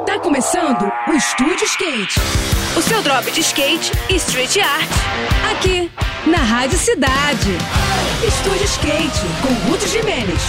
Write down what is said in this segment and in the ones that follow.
Tá começando o Estúdio Skate. O seu drop de skate e street art. Aqui, na Rádio Cidade. Estúdio Skate, com Ruth Jimenez.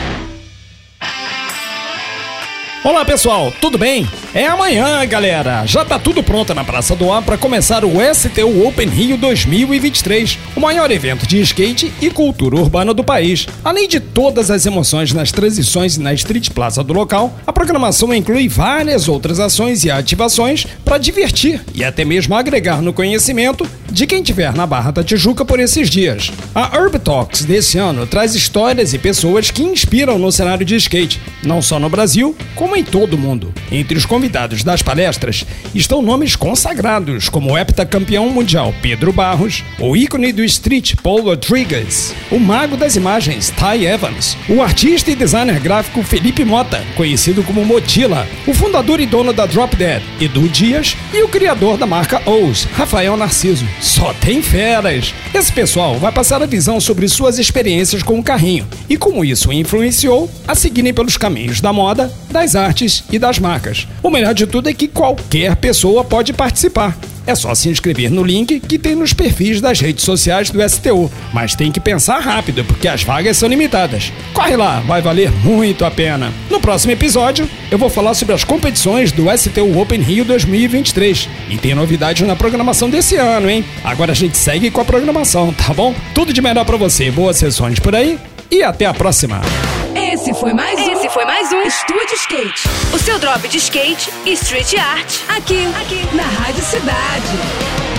Olá pessoal, tudo bem? É amanhã, galera! Já tá tudo pronto na Praça do Ar para começar o STU Open Rio 2023, o maior evento de skate e cultura urbana do país. Além de todas as emoções nas transições e na Street Plaza do local, a programação inclui várias outras ações e ativações para divertir e até mesmo agregar no conhecimento de quem estiver na Barra da Tijuca por esses dias. A Urb Talks desse ano traz histórias e pessoas que inspiram no cenário de skate, não só no Brasil, como em todo o mundo. Entre os convidados das palestras estão nomes consagrados, como o heptacampeão mundial Pedro Barros, o ícone do street Paul Rodrigues, o mago das imagens Ty Evans, o artista e designer gráfico Felipe Mota, conhecido como Motila, o fundador e dono da Drop Dead, Edu Dias, e o criador da marca O's, Rafael Narciso. Só tem feras! Esse pessoal vai passar a visão sobre suas experiências com o carrinho e como isso influenciou a seguirem pelos caminhos da moda, das artes e das marcas. O melhor de tudo é que qualquer pessoa pode participar. É só se inscrever no link que tem nos perfis das redes sociais do STU, mas tem que pensar rápido porque as vagas são limitadas. Corre lá, vai valer muito a pena. No próximo episódio, eu vou falar sobre as competições do STU Open Rio 2023 e tem novidades na programação desse ano, hein? Agora a gente segue com a programação, tá bom? Tudo de melhor pra você, boas sessões por aí e até a próxima! Esse foi mais um Estúdio Skate. O seu drop de skate e street art. Aqui na Rádio Cidade.